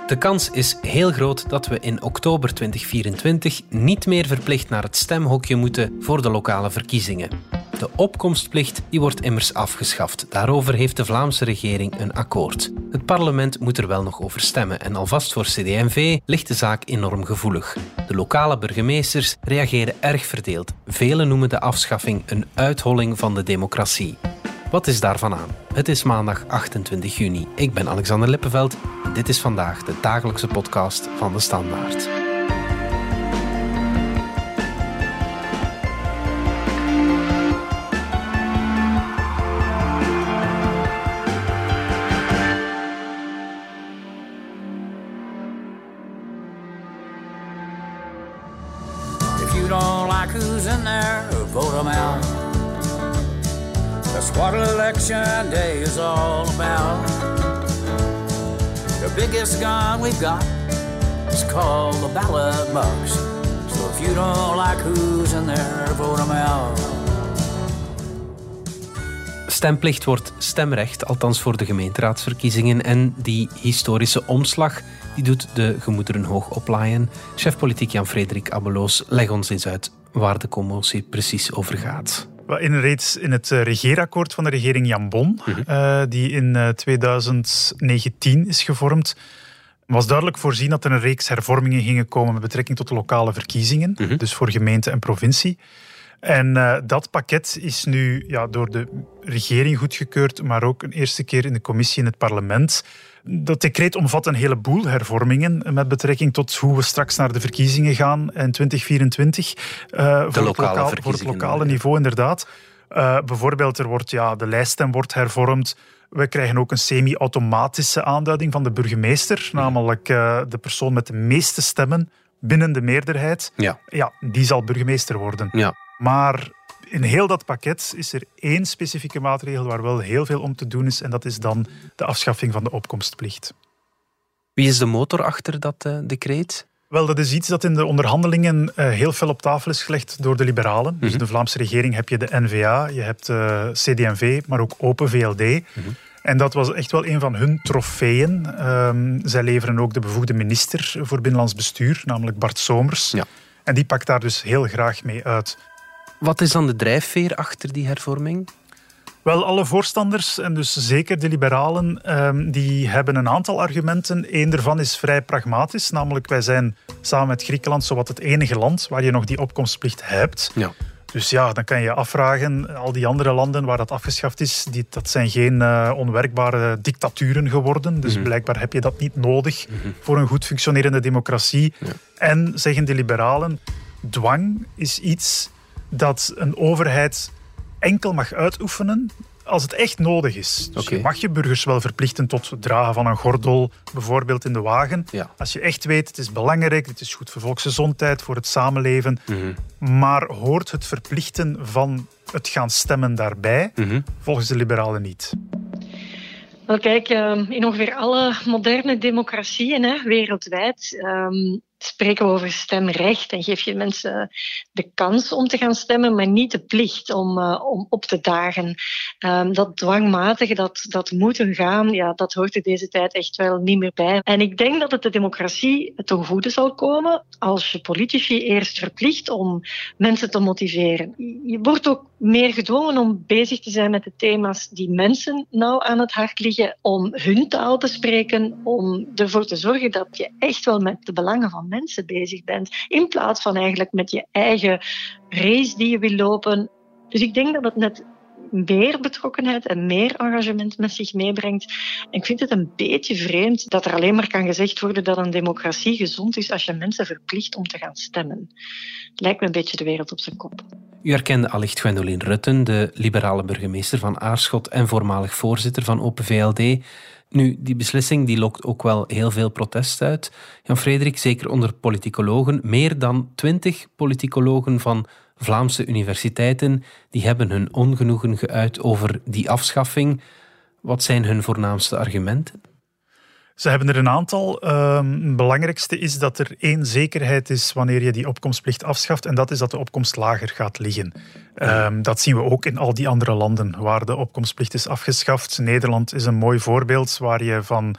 De kans is heel groot dat we in oktober 2024 niet meer verplicht naar het stemhokje moeten voor de lokale verkiezingen. De opkomstplicht die wordt immers afgeschaft. Daarover heeft de Vlaamse regering een akkoord. Het parlement moet er wel nog over stemmen en alvast voor CD&V ligt de zaak enorm gevoelig. De lokale burgemeesters reageren erg verdeeld. Velen noemen de afschaffing een uitholling van de democratie. Wat is daarvan aan? Het is maandag 28 juni. Ik ben Alexander Lippenveld en dit is vandaag de dagelijkse podcast van De Standaard. If you don't like who's in there, vote them out. That's what election day is all about. The biggest gun we've got is called the ballot box. So if you don't like who's in there, vote them out. Stemplicht wordt stemrecht, althans voor de gemeenteraadsverkiezingen. En die historische omslag die doet de gemoederen hoog oplaaien. Chef politiek Jan-Frederik Abeloos, leg ons eens uit waar de commotie precies over gaat. Reeds in het regeerakkoord van de regering Jan Bon, die in 2019 is gevormd, was duidelijk voorzien dat er een reeks hervormingen gingen komen met betrekking tot de lokale verkiezingen, dus voor gemeente en provincie. En dat pakket is nu door de regering goedgekeurd, maar ook een eerste keer in de commissie in het parlement. Dat decreet omvat een heleboel hervormingen met betrekking tot hoe we straks naar de verkiezingen gaan in 2024. Voor het lokale niveau, inderdaad. Bijvoorbeeld, de lijststem wordt hervormd. We krijgen ook een semi-automatische aanduiding van de burgemeester, namelijk de persoon met de meeste stemmen binnen de meerderheid. Ja, die zal burgemeester worden. Ja. Maar in heel dat pakket is er één specifieke maatregel waar wel heel veel om te doen is, en dat is dan de afschaffing van de opkomstplicht. Wie is de motor achter dat decreet? Wel, dat is iets dat in de onderhandelingen heel veel op tafel is gelegd door de liberalen. Dus de Vlaamse regering heb je de N-VA, je hebt CD&V, maar ook Open VLD. En dat was echt wel een van hun trofeeën. Zij leveren ook de bevoegde minister voor Binnenlands Bestuur, namelijk Bart Somers. Ja. En die pakt daar dus heel graag mee uit. Wat is dan de drijfveer achter die hervorming? Wel, alle voorstanders, en dus zeker de liberalen, die hebben een aantal argumenten. Eén daarvan is vrij pragmatisch, namelijk wij zijn samen met Griekenland zowat het enige land waar je nog die opkomstplicht hebt. Ja. Dus dan kan je je afvragen, al die andere landen waar dat afgeschaft is, dat zijn geen onwerkbare dictaturen geworden. Dus blijkbaar heb je dat niet nodig voor een goed functionerende democratie. Ja. En, zeggen de liberalen, dwang is iets dat een overheid enkel mag uitoefenen als het echt nodig is. Dus je mag je burgers wel verplichten tot het dragen van een gordel, bijvoorbeeld in de wagen. Ja. Als je echt weet, het is belangrijk, het is goed voor volksgezondheid, voor het samenleven. Maar hoort het verplichten van het gaan stemmen daarbij? Volgens de liberalen niet. Wel kijk, in ongeveer alle moderne democratieën wereldwijd spreken we over stemrecht en geef je mensen de kans om te gaan stemmen, maar niet de plicht om op te dagen. Dat dwangmatige, dat moeten gaan, dat hoort er deze tijd echt wel niet meer bij. En ik denk dat het de democratie ten goede zal komen als je politici eerst verplicht om mensen te motiveren. Je wordt ook meer gedwongen om bezig te zijn met de thema's die mensen nou aan het hart liggen, om hun taal te spreken, om ervoor te zorgen dat je echt wel met de belangen van mensen bezig bent, in plaats van eigenlijk met je eigen race die je wil lopen. Dus ik denk dat het net meer betrokkenheid en meer engagement met zich meebrengt. En ik vind het een beetje vreemd dat er alleen maar kan gezegd worden dat een democratie gezond is als je mensen verplicht om te gaan stemmen. Het lijkt me een beetje de wereld op zijn kop. U herkende allicht Gwendoline Rutten, de liberale burgemeester van Aarschot en voormalig voorzitter van Open VLD. Nu, die beslissing die lokt ook wel heel veel protest uit. Jan-Frederik, zeker onder politicologen. Meer dan 20 politicologen van Vlaamse universiteiten die hebben hun ongenoegen geuit over die afschaffing. Wat zijn hun voornaamste argumenten? Ze hebben er een aantal. Het belangrijkste is dat er één zekerheid is wanneer je die opkomstplicht afschaft, en dat is dat de opkomst lager gaat liggen. Dat zien we ook in al die andere landen waar de opkomstplicht is afgeschaft. Nederland is een mooi voorbeeld waar je van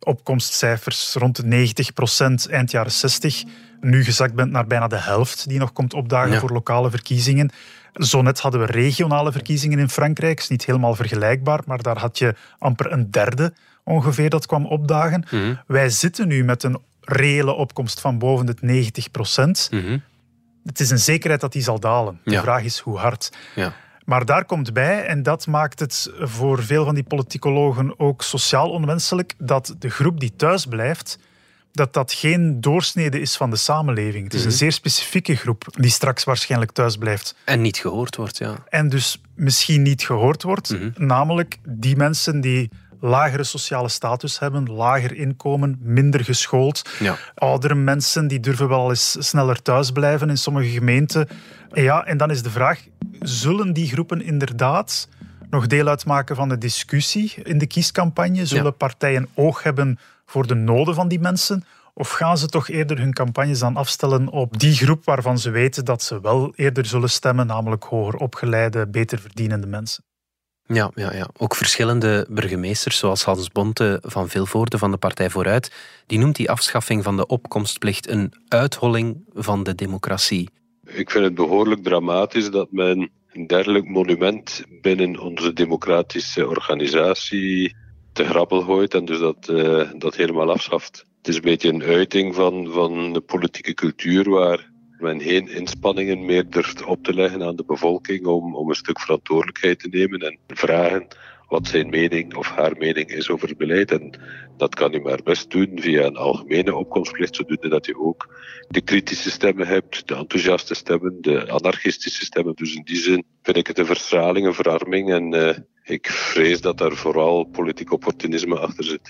opkomstcijfers rond de 90% eind jaren 60. Nu gezakt bent naar bijna de helft die nog komt opdagen voor lokale verkiezingen. Zo net hadden we regionale verkiezingen in Frankrijk. Is niet helemaal vergelijkbaar, maar daar had je amper een derde ongeveer dat kwam opdagen. Mm-hmm. Wij zitten nu met een reële opkomst van boven de 90%. Mm-hmm. Het is een zekerheid dat die zal dalen. De vraag is hoe hard. Ja. Maar daar komt bij, en dat maakt het voor veel van die politicologen ook sociaal onwenselijk, dat de groep die thuis blijft, dat geen doorsnede is van de samenleving. Het is een zeer specifieke groep die straks waarschijnlijk thuis blijft. En niet gehoord wordt, ja. En dus misschien niet gehoord wordt. Namelijk die mensen die lagere sociale status hebben, lager inkomen, minder geschoold. Ja. Oudere mensen die durven wel eens sneller thuis blijven in sommige gemeenten. En dan is de vraag, zullen die groepen inderdaad nog deel uitmaken van de discussie in de kiescampagne? Zullen partijen oog hebben voor de noden van die mensen? Of gaan ze toch eerder hun campagnes dan afstellen op die groep waarvan ze weten dat ze wel eerder zullen stemmen, namelijk hoger opgeleide, beter verdienende mensen? Ja. Ook verschillende burgemeesters, zoals Hans Bonte van Vilvoorde van de Partij Vooruit, die noemt die afschaffing van de opkomstplicht een uitholling van de democratie. Ik vind het behoorlijk dramatisch dat men een dergelijk monument binnen onze democratische organisatie te grabbel gooit en dus dat helemaal afschaft. Het is een beetje een uiting van de politieke cultuur waar men geen inspanningen meer durft op te leggen aan de bevolking om een stuk verantwoordelijkheid te nemen en vragen wat zijn mening of haar mening is over het beleid. En dat kan je maar best doen via een algemene opkomstplicht, zodoende dat je ook de kritische stemmen hebt, de enthousiaste stemmen, de anarchistische stemmen. Dus in die zin vind ik het een verstraling, een verarming en ik vrees dat daar vooral politiek opportunisme achter zit.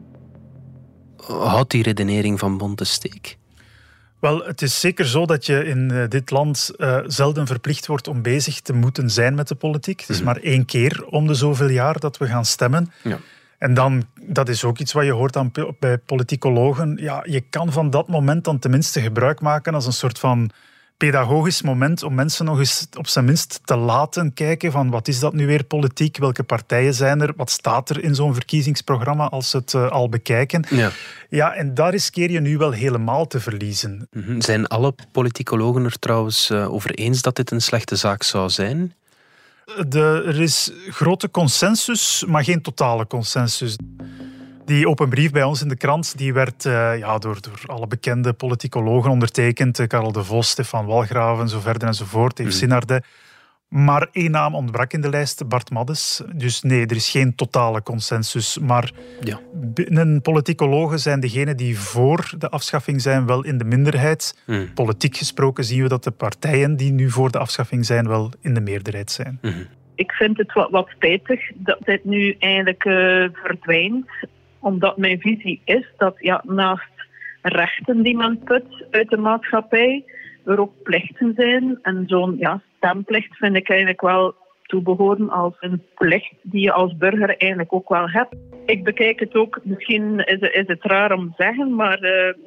Houdt die redenering van Bonte steek? Wel, het is zeker zo dat je in dit land zelden verplicht wordt om bezig te moeten zijn met de politiek. Het is maar 1 keer om de zoveel jaar dat we gaan stemmen. Ja. En dan, dat is ook iets wat je hoort bij politicologen. Ja, je kan van dat moment dan tenminste gebruik maken als een soort van pedagogisch moment om mensen nog eens op zijn minst te laten kijken van wat is dat nu weer politiek, welke partijen zijn er, wat staat er in zo'n verkiezingsprogramma als ze het al bekijken. Ja, en daar riskeer je nu wel helemaal te verliezen. Zijn alle politicologen er trouwens over eens dat dit een slechte zaak zou zijn? Er is grote consensus, maar geen totale consensus. Die open brief bij ons in de krant die werd door alle bekende politicologen ondertekend. Karel de Vos, Stefan Walgraven, zo verder enzovoort, Eve Sinnarde. Maar 1 naam ontbrak in de lijst, Bart Maddes. Dus nee, er is geen totale consensus. Maar binnen politicologen zijn degenen die voor de afschaffing zijn wel in de minderheid. Politiek gesproken zien we dat de partijen die nu voor de afschaffing zijn wel in de meerderheid zijn. Ik vind het wat spijtig dat dit nu eigenlijk verdwijnt. Omdat mijn visie is dat naast rechten die men put uit de maatschappij, er ook plichten zijn. En zo'n stemplicht vind ik eigenlijk wel toebehoren als een plicht die je als burger eigenlijk ook wel hebt. Ik bekijk het ook, misschien is het raar om te zeggen, maar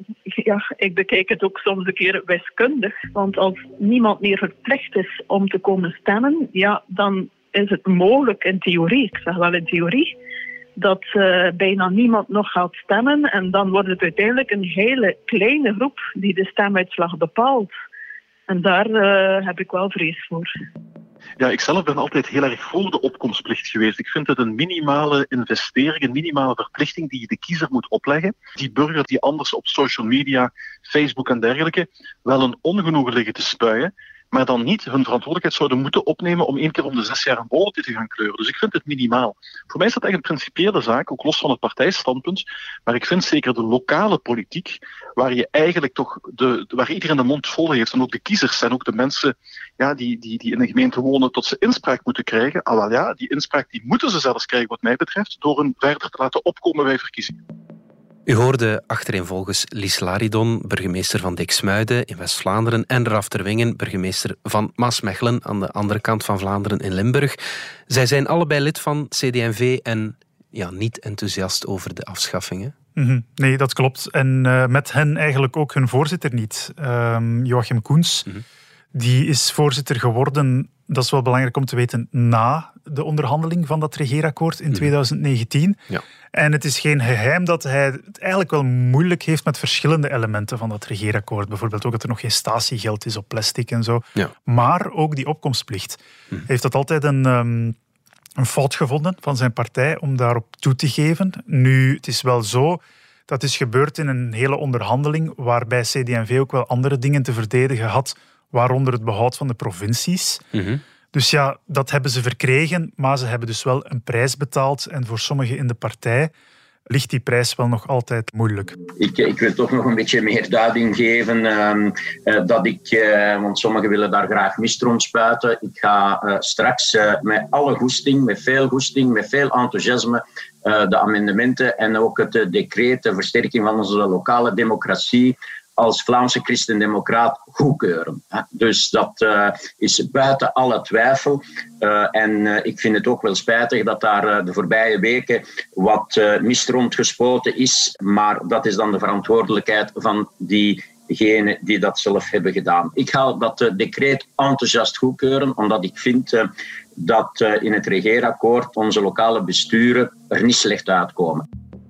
ik bekijk het ook soms een keer wiskundig. Want als niemand meer verplicht is om te komen stemmen, dan is het mogelijk in theorie, ik zeg wel in theorie, dat bijna niemand nog gaat stemmen. En dan wordt het uiteindelijk een hele kleine groep die de stemuitslag bepaalt. En daar heb ik wel vrees voor. Ja, ik zelf ben altijd heel erg voor de opkomstplicht geweest. Ik vind het een minimale investering, een minimale verplichting die je de kiezer moet opleggen. Die burger die anders op social media, Facebook en dergelijke wel een ongenoegen liggen te spuien, maar dan niet hun verantwoordelijkheid zouden moeten opnemen om 1 keer om de 6 jaar een bolletje te gaan kleuren. Dus ik vind het minimaal. Voor mij is dat echt een principiële zaak, ook los van het partijstandpunt. Maar ik vind zeker de lokale politiek, waar je eigenlijk toch waar iedereen de mond vol heeft, en ook de kiezers en ook de mensen die in een gemeente wonen, tot ze inspraak moeten krijgen. Die inspraak die moeten ze zelfs krijgen wat mij betreft, door hun verder te laten opkomen bij verkiezingen. U hoorde achtereenvolgens Lies Laridon, burgemeester van Diksmuiden in West-Vlaanderen, en Raf Terwingen, burgemeester van Maasmechelen aan de andere kant van Vlaanderen in Limburg. Zij zijn allebei lid van CD&V en niet enthousiast over de afschaffingen. Nee, dat klopt. En met hen eigenlijk ook hun voorzitter niet. Joachim Koens, die is voorzitter geworden, dat is wel belangrijk om te weten, na de onderhandeling van dat regeerakkoord in 2019. Ja. En het is geen geheim dat hij het eigenlijk wel moeilijk heeft met verschillende elementen van dat regeerakkoord. Bijvoorbeeld ook dat er nog geen statiegeld is op plastic en zo. Ja. Maar ook die opkomstplicht. Hij heeft dat altijd een fout gevonden van zijn partij om daarop toe te geven. Nu, het is wel zo, dat is gebeurd in een hele onderhandeling waarbij CD&V ook wel andere dingen te verdedigen had, waaronder het behoud van de provincies. Dus ja, dat hebben ze verkregen, maar ze hebben dus wel een prijs betaald. En voor sommigen in de partij ligt die prijs wel nog altijd moeilijk. Ik wil toch nog een beetje meer duiding geven want sommigen willen daar graag mist rond spuiten. Ik ga straks met alle goesting, met veel enthousiasme de amendementen en ook het decreet, de versterking van onze lokale democratie als Vlaamse christendemocraat goedkeuren. Dus dat is buiten alle twijfel. En ik vind het ook wel spijtig dat daar de voorbije weken wat mist rondgespoten is. Maar dat is dan de verantwoordelijkheid van diegenen die dat zelf hebben gedaan. Ik ga dat decreet enthousiast goedkeuren, omdat ik vind dat in het regeerakkoord onze lokale besturen er niet slecht uitkomen.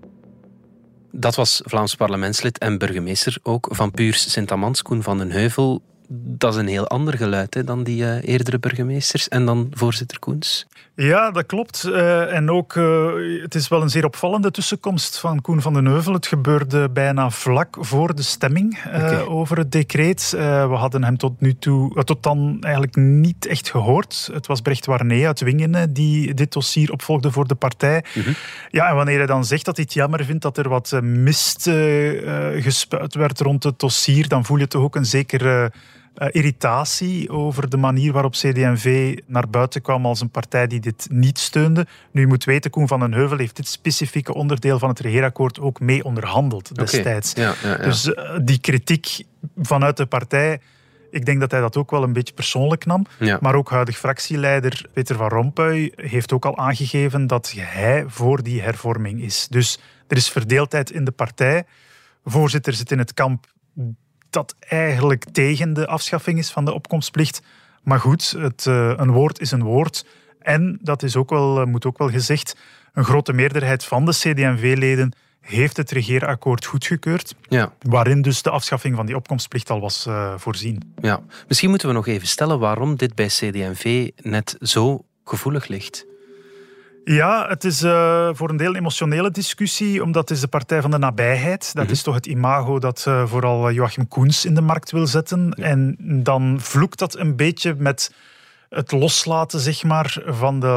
Dat was Vlaams parlementslid en burgemeester ook van Puurs Sint-Amans, Koen van den Heuvel. Dat is een heel ander geluid hè, dan die eerdere burgemeesters en dan voorzitter Koens. Ja, dat klopt. En ook, het is wel een zeer opvallende tussenkomst van Koen van den Heuvel. Het gebeurde bijna vlak voor de stemming over het decreet. We hadden hem tot dan eigenlijk niet echt gehoord. Het was Brecht Warné uit Wingene die dit dossier opvolgde voor de partij. Ja, en wanneer hij dan zegt dat hij het jammer vindt dat er wat mist gespuit werd rond het dossier, dan voel je toch ook een zekere irritatie over de manier waarop CD&V naar buiten kwam als een partij die dit niet steunde. Nu, je moet weten, Koen van den Heuvel heeft dit specifieke onderdeel van het regeerakkoord ook mee onderhandeld destijds. Ja. Dus die kritiek vanuit de partij, ik denk dat hij dat ook wel een beetje persoonlijk nam. Ja. Maar ook huidig fractieleider Peter van Rompuy heeft ook al aangegeven dat hij voor die hervorming is. Dus er is verdeeldheid in de partij. Voorzitter zit in het kamp dat eigenlijk tegen de afschaffing is van de opkomstplicht. Maar goed, een woord is een woord. En, dat is ook wel, moet ook wel gezegd, een grote meerderheid van de CD&V-leden heeft het regeerakkoord goedgekeurd, waarin dus de afschaffing van die opkomstplicht al was voorzien. Ja. Misschien moeten we nog even stellen waarom dit bij CD&V net zo gevoelig ligt. Ja, het is voor een deel een emotionele discussie, omdat het is de partij van de nabijheid. Dat is toch het imago dat vooral Joachim Koens in de markt wil zetten. Ja. En dan vloekt dat een beetje met het loslaten, zeg maar, van de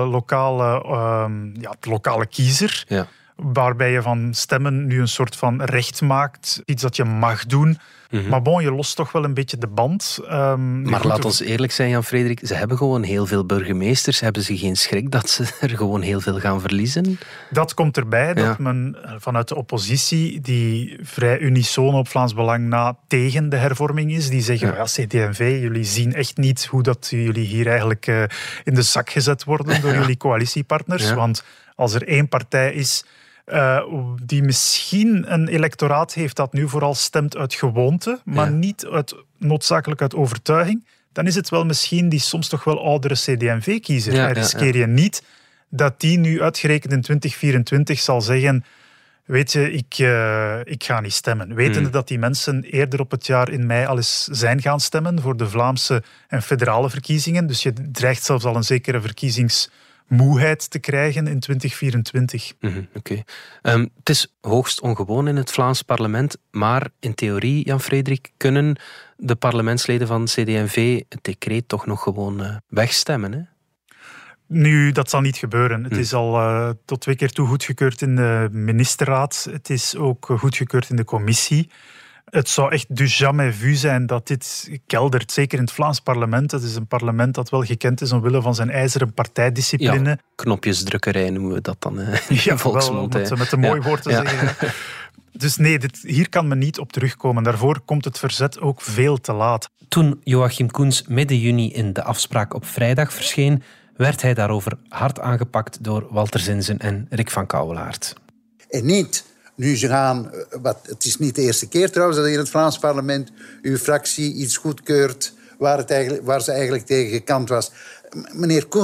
lokale kiezer. Ja. Waarbij je van stemmen nu een soort van recht maakt. Iets dat je mag doen. Maar bon, je lost toch wel een beetje de band. Maar laat ons eerlijk zijn, Jan-Frederik. Ze hebben gewoon heel veel burgemeesters. Hebben ze geen schrik dat ze er gewoon heel veel gaan verliezen? Dat komt erbij, dat men vanuit de oppositie, die vrij unisono op Vlaams Belang na tegen de hervorming is, die zeggen, CD&V, jullie zien echt niet hoe dat jullie hier eigenlijk in de zak gezet worden door jullie coalitiepartners. Ja. Want als er één partij is die misschien een electoraat heeft dat nu vooral stemt uit gewoonte, maar niet noodzakelijk uit overtuiging, dan is het wel misschien die soms toch wel oudere CD&V-kiezer. Riskeer je niet dat die nu uitgerekend in 2024 zal zeggen, weet je, ik ga niet stemmen. Wetende dat die mensen eerder op het jaar in mei al eens zijn gaan stemmen voor de Vlaamse en federale verkiezingen. Dus je dreigt zelfs al een zekere verkiezingsmoeheid te krijgen in 2024. Oké. Het is hoogst ongewoon in het Vlaams parlement, maar in theorie, Jan-Frederik, kunnen de parlementsleden van CD&V het decreet toch nog gewoon wegstemmen, hè? Nu, dat zal niet gebeuren. Het is al tot 2 keer toe goedgekeurd in de ministerraad. Het is ook goedgekeurd in de commissie. Het zou echt du jamais vu zijn dat dit keldert. Zeker in het Vlaams parlement. Het is een parlement dat wel gekend is omwille van zijn ijzeren partijdiscipline. Ja, knopjesdrukkerij noemen we dat dan in volksmond. Wel, met een mooi woord te zeggen. Dus nee, hier kan men niet op terugkomen. Daarvoor komt het verzet ook veel te laat. Toen Joachim Koens midden juni in de afspraak op vrijdag verscheen, werd hij daarover hard aangepakt door Walter Zinzen en Rick van Kouwelaert. En niet, nu ze gaan, het is niet de eerste keer trouwens dat in het Vlaams parlement uw fractie iets goedkeurt waar ze eigenlijk tegen gekant was. Meneer Koens, dat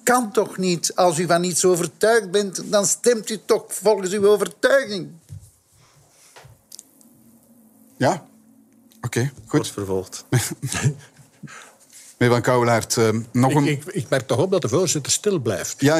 kan toch niet? Als u van iets overtuigd bent, dan stemt u toch volgens uw overtuiging. Ja, oké, goed. Wordt vervolgd. Meneer Van Kouwelaert, nog een... Ik merk toch op dat de voorzitter stil blijft. Ja.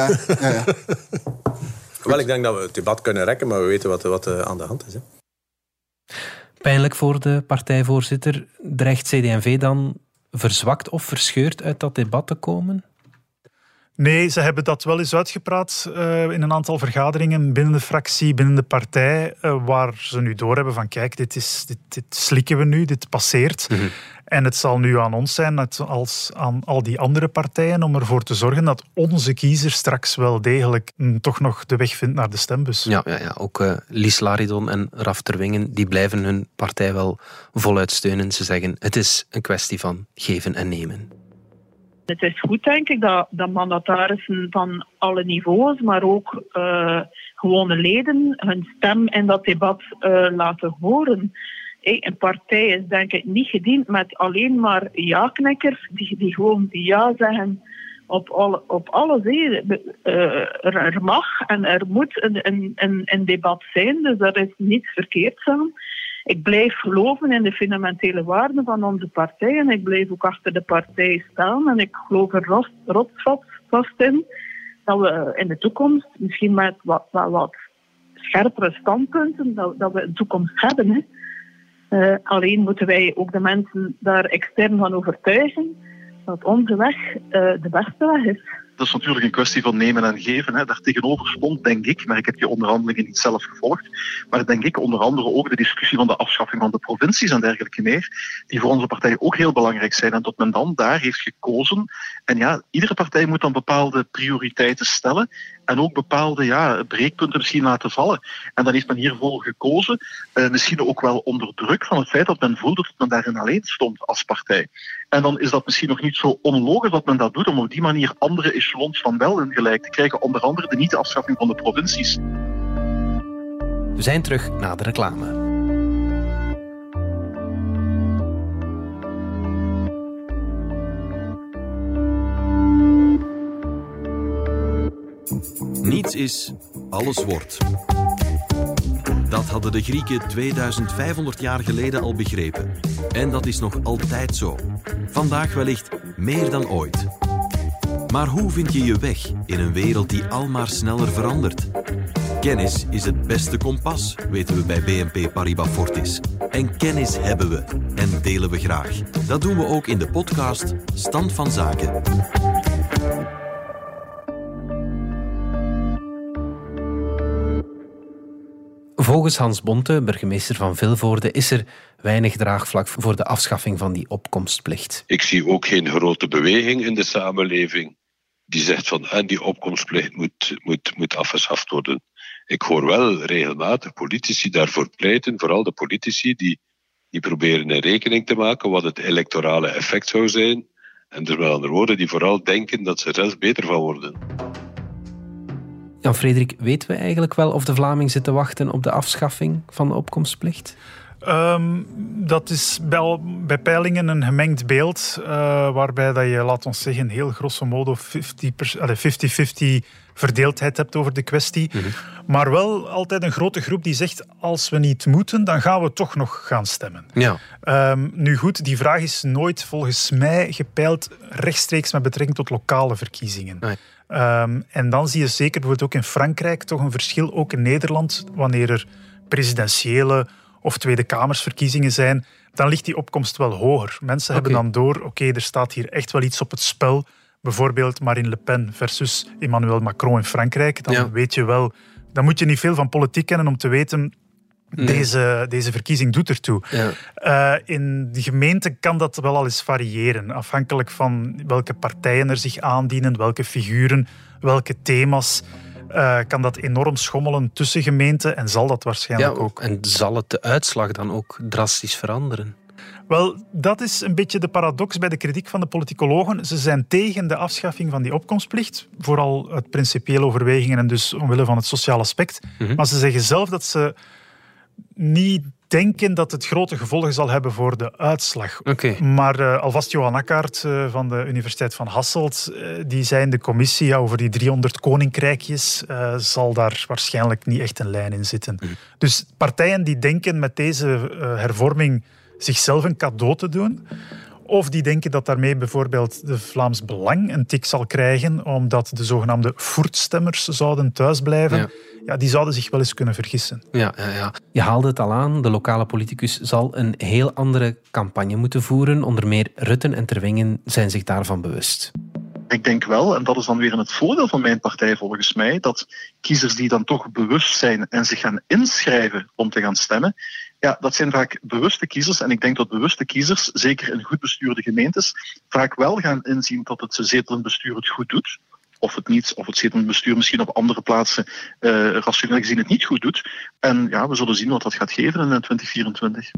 Wel, ik denk dat we het debat kunnen rekken, maar we weten wat aan de hand is. Hè. Pijnlijk voor de partijvoorzitter. Dreigt CD&V dan verzwakt of verscheurd uit dat debat te komen? Nee, ze hebben dat wel eens uitgepraat in een aantal vergaderingen binnen de fractie, binnen de partij, waar ze nu doorhebben van kijk, dit slikken we nu, dit passeert. Mm-hmm. En het zal nu aan ons zijn, net als aan al die andere partijen, om ervoor te zorgen dat onze kiezer straks wel degelijk toch nog de weg vindt naar de stembus. Ja. Ook Lies Laridon en Raf Terwingen, die blijven hun partij wel voluit steunen. Ze zeggen, het is een kwestie van geven en nemen. Het is goed, denk ik, dat mandatarissen van alle niveaus, maar ook gewone leden, hun stem in dat debat laten horen. Een partij is denk ik niet gediend met alleen maar ja-knikkers die gewoon ja zeggen op alles. Er mag en er moet een debat zijn, dus daar is niets verkeerds aan. Ik blijf geloven in de fundamentele waarden van onze partij en ik blijf ook achter de partij staan. En ik geloof er rotsvast in dat we in de toekomst, misschien met wat scherpere standpunten, dat we een toekomst hebben. Hè. Alleen moeten wij ook de mensen daar extern van overtuigen dat onze weg de beste weg is. Dat is natuurlijk een kwestie van nemen en geven. Hè. Daartegenover stond, denk ik, maar ik heb die onderhandelingen niet zelf gevolgd, maar denk ik onder andere ook de discussie van de afschaffing van de provincies en dergelijke meer, die voor onze partij ook heel belangrijk zijn. En dat men dan daar heeft gekozen. En ja, iedere partij moet dan bepaalde prioriteiten stellen en ook bepaalde breekpunten misschien laten vallen. En dan heeft men hiervoor gekozen, misschien ook wel onder druk van het feit dat men voelde dat men daarin alleen stond als partij. En dan is dat misschien nog niet zo onlogisch dat men dat doet, om op die manier andere echelons van wel in gelijk te krijgen, onder andere de niet-afschaffing van de provincies. We zijn terug na de reclame. Niets is, alles wordt. Dat hadden de Grieken 2500 jaar geleden al begrepen. En dat is nog altijd zo. Vandaag wellicht meer dan ooit. Maar hoe vind je je weg in een wereld die almaar sneller verandert? Kennis is het beste kompas, weten we bij BNP Paribas Fortis. En kennis hebben we en delen we graag. Dat doen we ook in de podcast Stand van Zaken. Volgens Hans Bonte, burgemeester van Vilvoorde, is er weinig draagvlak voor de afschaffing van die opkomstplicht. Ik zie ook geen grote beweging in de samenleving die zegt van en die opkomstplicht moet afgeschaft worden. Ik hoor wel regelmatig politici daarvoor pleiten, vooral de politici die proberen in rekening te maken wat het electorale effect zou zijn. En dus met andere woorden, die vooral denken dat ze er zelf beter van worden. Jan-Frederik, weten we eigenlijk wel of de Vlaming zit te wachten op de afschaffing van de opkomstplicht? Dat is bij peilingen een gemengd beeld, waarbij dat je, laat ons zeggen, heel grosso modo 50-50 verdeeldheid hebt over de kwestie. Mm-hmm. Maar wel altijd een grote groep die zegt, als we niet moeten, dan gaan we toch nog gaan stemmen. Ja. Nu goed, die vraag is nooit volgens mij gepeild rechtstreeks met betrekking tot lokale verkiezingen. Nee. En dan zie je zeker bijvoorbeeld ook in Frankrijk toch een verschil, ook in Nederland, wanneer er presidentiële of Tweede Kamersverkiezingen zijn, dan ligt die opkomst wel hoger. Mensen hebben dan door, oké, er staat hier echt wel iets op het spel. Bijvoorbeeld Marine Le Pen versus Emmanuel Macron in Frankrijk. Dan weet je wel, dan moet je niet veel van politiek kennen om te weten, deze verkiezing doet ertoe. Ja. In de gemeente kan dat wel al eens variëren, afhankelijk van welke partijen er zich aandienen, welke figuren, welke thema's. Kan dat enorm schommelen tussen gemeenten en zal dat waarschijnlijk ook. En zal het de uitslag dan ook drastisch veranderen? Wel, dat is een beetje de paradox bij de kritiek van de politicologen. Ze zijn tegen de afschaffing van die opkomstplicht, vooral uit principiële overwegingen en dus omwille van het sociale aspect. Mm-hmm. Maar ze zeggen zelf dat ze niet denken dat het grote gevolgen zal hebben voor de uitslag. Okay. Maar alvast Johan Akkaert van de Universiteit van Hasselt, die zei in de commissie over die 300 koninkrijkjes zal daar waarschijnlijk niet echt een lijn in zitten. Dus partijen die denken met deze hervorming zichzelf een cadeau te doen, of die denken dat daarmee bijvoorbeeld de Vlaams Belang een tik zal krijgen omdat de zogenaamde voertstemmers zouden thuisblijven. Ja, die zouden zich wel eens kunnen vergissen. Ja. Je haalde het al aan. De lokale politicus zal een heel andere campagne moeten voeren. Onder meer Rutten en Terwingen zijn zich daarvan bewust. Ik denk wel, en dat is dan weer in het voordeel van mijn partij volgens mij, dat kiezers die dan toch bewust zijn en zich gaan inschrijven om te gaan stemmen, ja, dat zijn vaak bewuste kiezers. En ik denk dat bewuste kiezers, zeker in goed bestuurde gemeentes, vaak wel gaan inzien dat het zetelbestuur het goed doet. Of het niet, of het zetelbestuur misschien op andere plaatsen rationeel gezien het niet goed doet. En ja, we zullen zien wat dat gaat geven in 2024.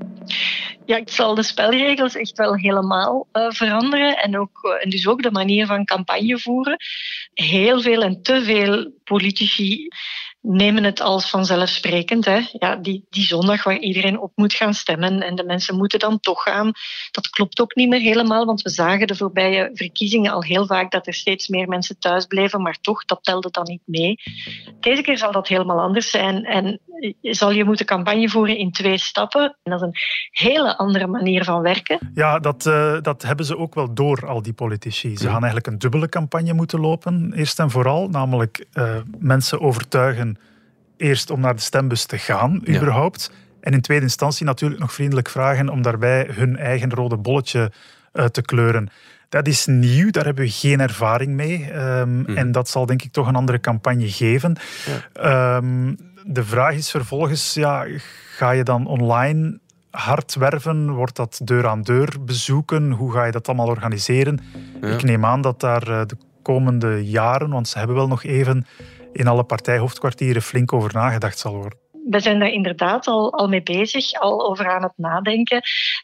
Ja, het zal de spelregels echt wel helemaal veranderen. En dus ook de manier van campagne voeren. Heel veel en te veel politici nemen het als vanzelfsprekend. Hè. Ja, die zondag waar iedereen op moet gaan stemmen en de mensen moeten dan toch gaan. Dat klopt ook niet meer helemaal, want we zagen de voorbije verkiezingen al heel vaak dat er steeds meer mensen thuis bleven, maar toch, dat telde dan niet mee. Deze keer zal dat helemaal anders zijn en zal je moeten campagne voeren in 2 stappen. En dat is een hele andere manier van werken. Ja, dat hebben ze ook wel door, al die politici. Ze gaan eigenlijk een dubbele campagne moeten lopen, eerst en vooral. Namelijk mensen overtuigen eerst om naar de stembus te gaan, überhaupt. En in tweede instantie natuurlijk nog vriendelijk vragen om daarbij hun eigen rode bolletje te kleuren. Dat is nieuw, daar hebben we geen ervaring mee. En dat zal denk ik toch een andere campagne geven. Ja. De vraag is vervolgens, ga je dan online hard werven? Wordt dat deur-aan-deur bezoeken? Hoe ga je dat allemaal organiseren? Ja. Ik neem aan dat daar de komende jaren, want ze hebben wel nog even in alle partijhoofdkwartieren flink over nagedacht zal worden. We zijn daar inderdaad al mee bezig, al over aan het nadenken.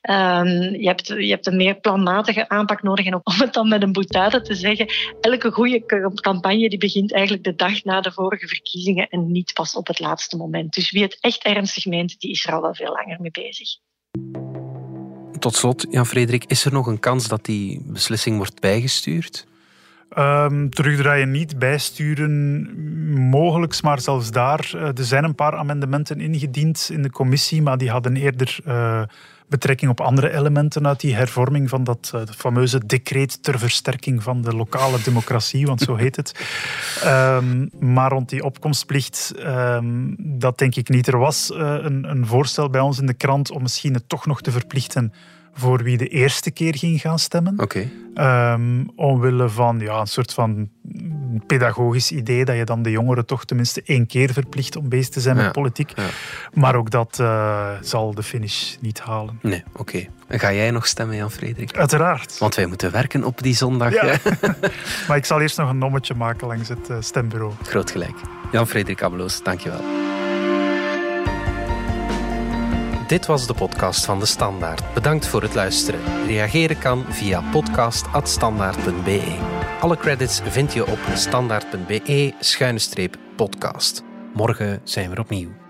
Je hebt een meer planmatige aanpak nodig. En om het dan met een boutade te zeggen, elke goede campagne die begint eigenlijk de dag na de vorige verkiezingen en niet pas op het laatste moment. Dus wie het echt ernstig meent, die is er al wel veel langer mee bezig. Tot slot, Jan-Frederik, is er nog een kans dat die beslissing wordt bijgestuurd? Terugdraaien niet, bijsturen mogelijk, maar zelfs daar. Er zijn een paar amendementen ingediend in de commissie, maar die hadden eerder betrekking op andere elementen uit die hervorming van dat fameuze decreet ter versterking van de lokale democratie, want zo heet het. Maar rond die opkomstplicht, dat denk ik niet. Er was een voorstel bij ons in de krant om misschien het toch nog te verplichten voor wie de eerste keer ging gaan stemmen. Okay. Omwille van een soort van pedagogisch idee dat je dan de jongeren toch tenminste 1 keer verplicht om bezig te zijn met politiek. Ja. Maar ook dat zal de finish niet halen. Nee, oké. En ga jij nog stemmen, Jan-Frederik? Uiteraard. Want wij moeten werken op die zondag. Ja. Maar ik zal eerst nog een nommetje maken langs het stembureau. Groot gelijk. Jan-Frederik Abeloos, dankjewel. Dit was de podcast van De Standaard. Bedankt voor het luisteren. Reageren kan via podcast@standaard.be. Alle credits vind je op standaard.be/podcast. Morgen zijn we opnieuw.